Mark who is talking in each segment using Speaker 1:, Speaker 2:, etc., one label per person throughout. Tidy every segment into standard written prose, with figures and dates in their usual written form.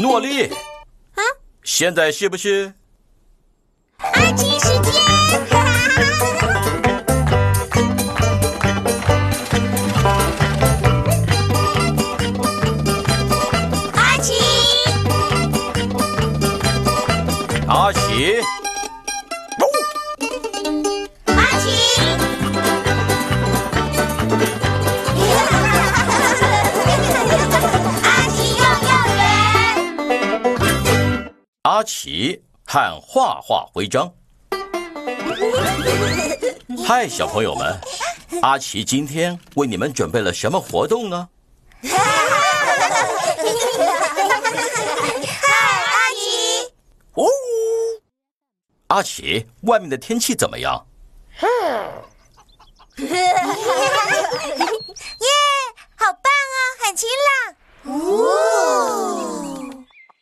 Speaker 1: 诺丽，现在是不是？
Speaker 2: 阿奇时间！阿奇，
Speaker 1: 阿奇，
Speaker 2: 阿奇，阿奇幼幼园。
Speaker 1: 阿奇和画画徽章。嗨，小朋友们，阿奇今天为你们准备了什么活动呢？
Speaker 2: 嗨，阿奇！
Speaker 1: 哦，阿奇，外面的天气怎么样？
Speaker 2: 耶，好棒哦，很晴朗。哦。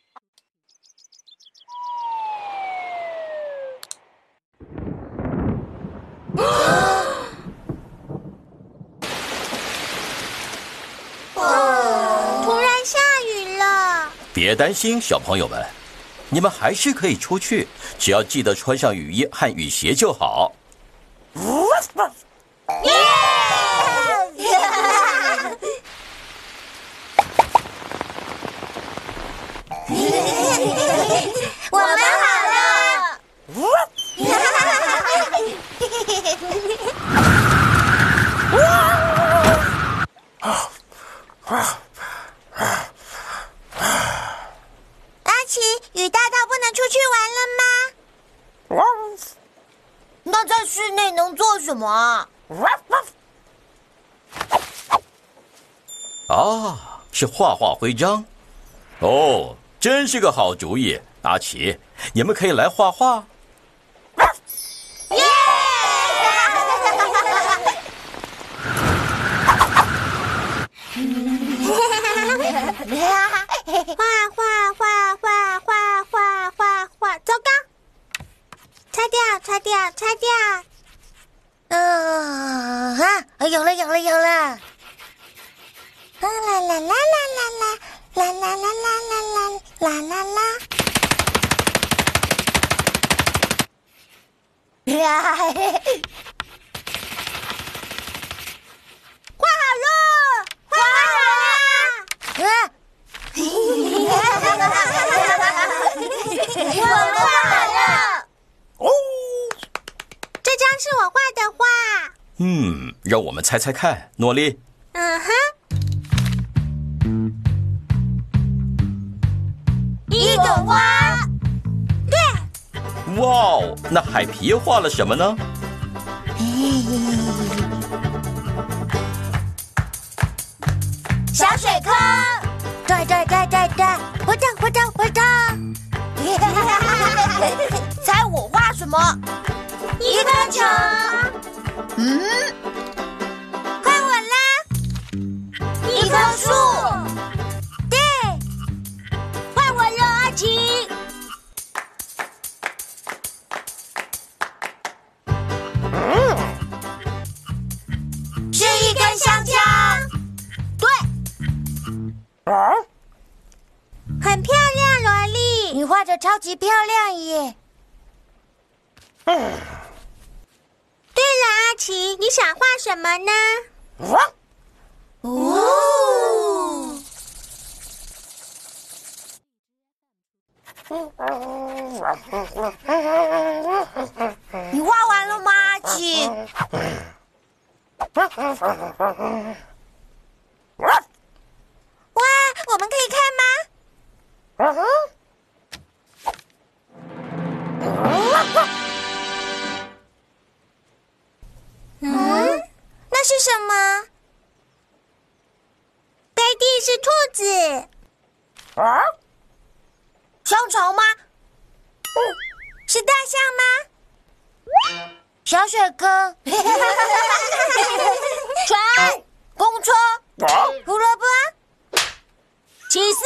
Speaker 2: 突然下雨了。
Speaker 1: 别担心，小朋友们，你们还是可以出去，只要记得穿上雨衣和雨鞋就好。
Speaker 2: 耶！我们好了。阿奇，雨大到不能出去玩了吗？那在室内能做什么啊？
Speaker 1: 啊，是画画徽章。哦，真是个好主意，阿奇，你们可以来画画。
Speaker 2: 耶！画，糟糕！擦掉。有了！啦画好了！我们画好了。
Speaker 1: 哦，
Speaker 2: 这张是我画的画。
Speaker 1: 让我们猜猜看，诺丽。
Speaker 2: 一朵花。对。
Speaker 1: 哇哦，那海皮画了什么呢？
Speaker 2: 小水坑。对，回答。猜我画什么？一颗球。换我啦！一棵树。对，换我了，阿奇。是一根香蕉。对。很漂亮，萝莉，你画的超级漂亮耶！对了，阿奇，你想画什么呢？你画完了吗，阿奇？哇，我们可以看吗？那是什么？该地是兔子。香肠吗？是大象吗？小水坑。船、公车、胡萝卜、起司。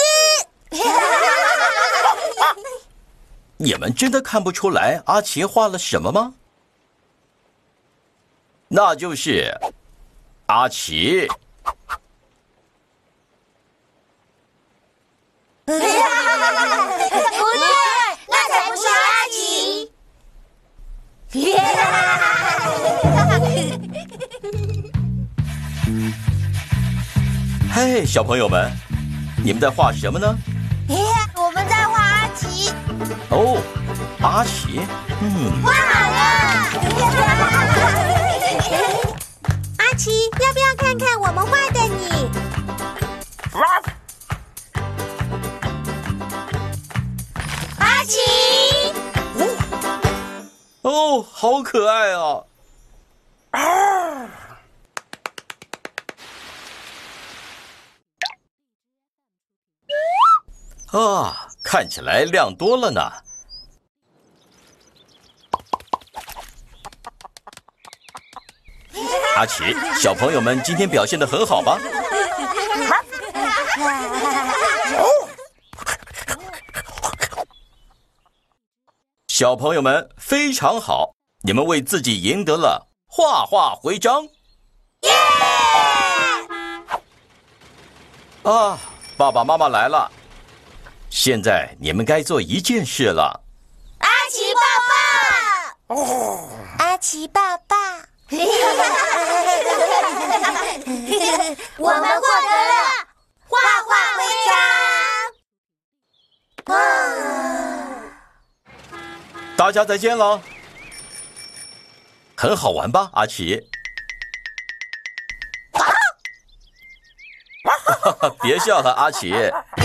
Speaker 1: 你们真的看不出来阿奇画了什么吗？那就是阿奇。
Speaker 2: 不对，那才不是阿奇。
Speaker 1: 嘿，小朋友们，你们在画什么呢？
Speaker 2: 我们在画阿奇。
Speaker 1: 哦，阿奇，
Speaker 2: 画好了。阿奇，要不要看看我们画的你？阿奇，
Speaker 1: 哦，好可爱啊！啊，看起来亮多了呢。阿奇，小朋友们今天表现得很好吧？小朋友们非常好，你们为自己赢得了画画徽章。
Speaker 2: 耶！
Speaker 1: 啊，爸爸妈妈来了，现在你们该做一件事了。
Speaker 2: 阿奇爸爸，阿奇爸爸，我们获得了画画徽章。
Speaker 1: 大家再见了，很好玩吧，阿奇？别笑了，阿奇。